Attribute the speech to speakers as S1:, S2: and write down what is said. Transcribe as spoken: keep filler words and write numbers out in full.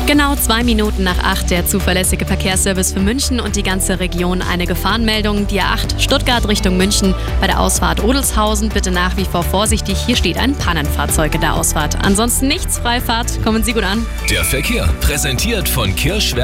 S1: Genau zwei Minuten nach acht der zuverlässige Verkehrsservice für München und die ganze Region. Eine Gefahrenmeldung, die A acht Stuttgart Richtung München. Bei der Ausfahrt Odelshausen bitte nach wie vor vorsichtig. Hier steht ein Pannenfahrzeug in der Ausfahrt. Ansonsten nichts, Freifahrt. Kommen Sie gut an.
S2: Der Verkehr, präsentiert von Kirschwerk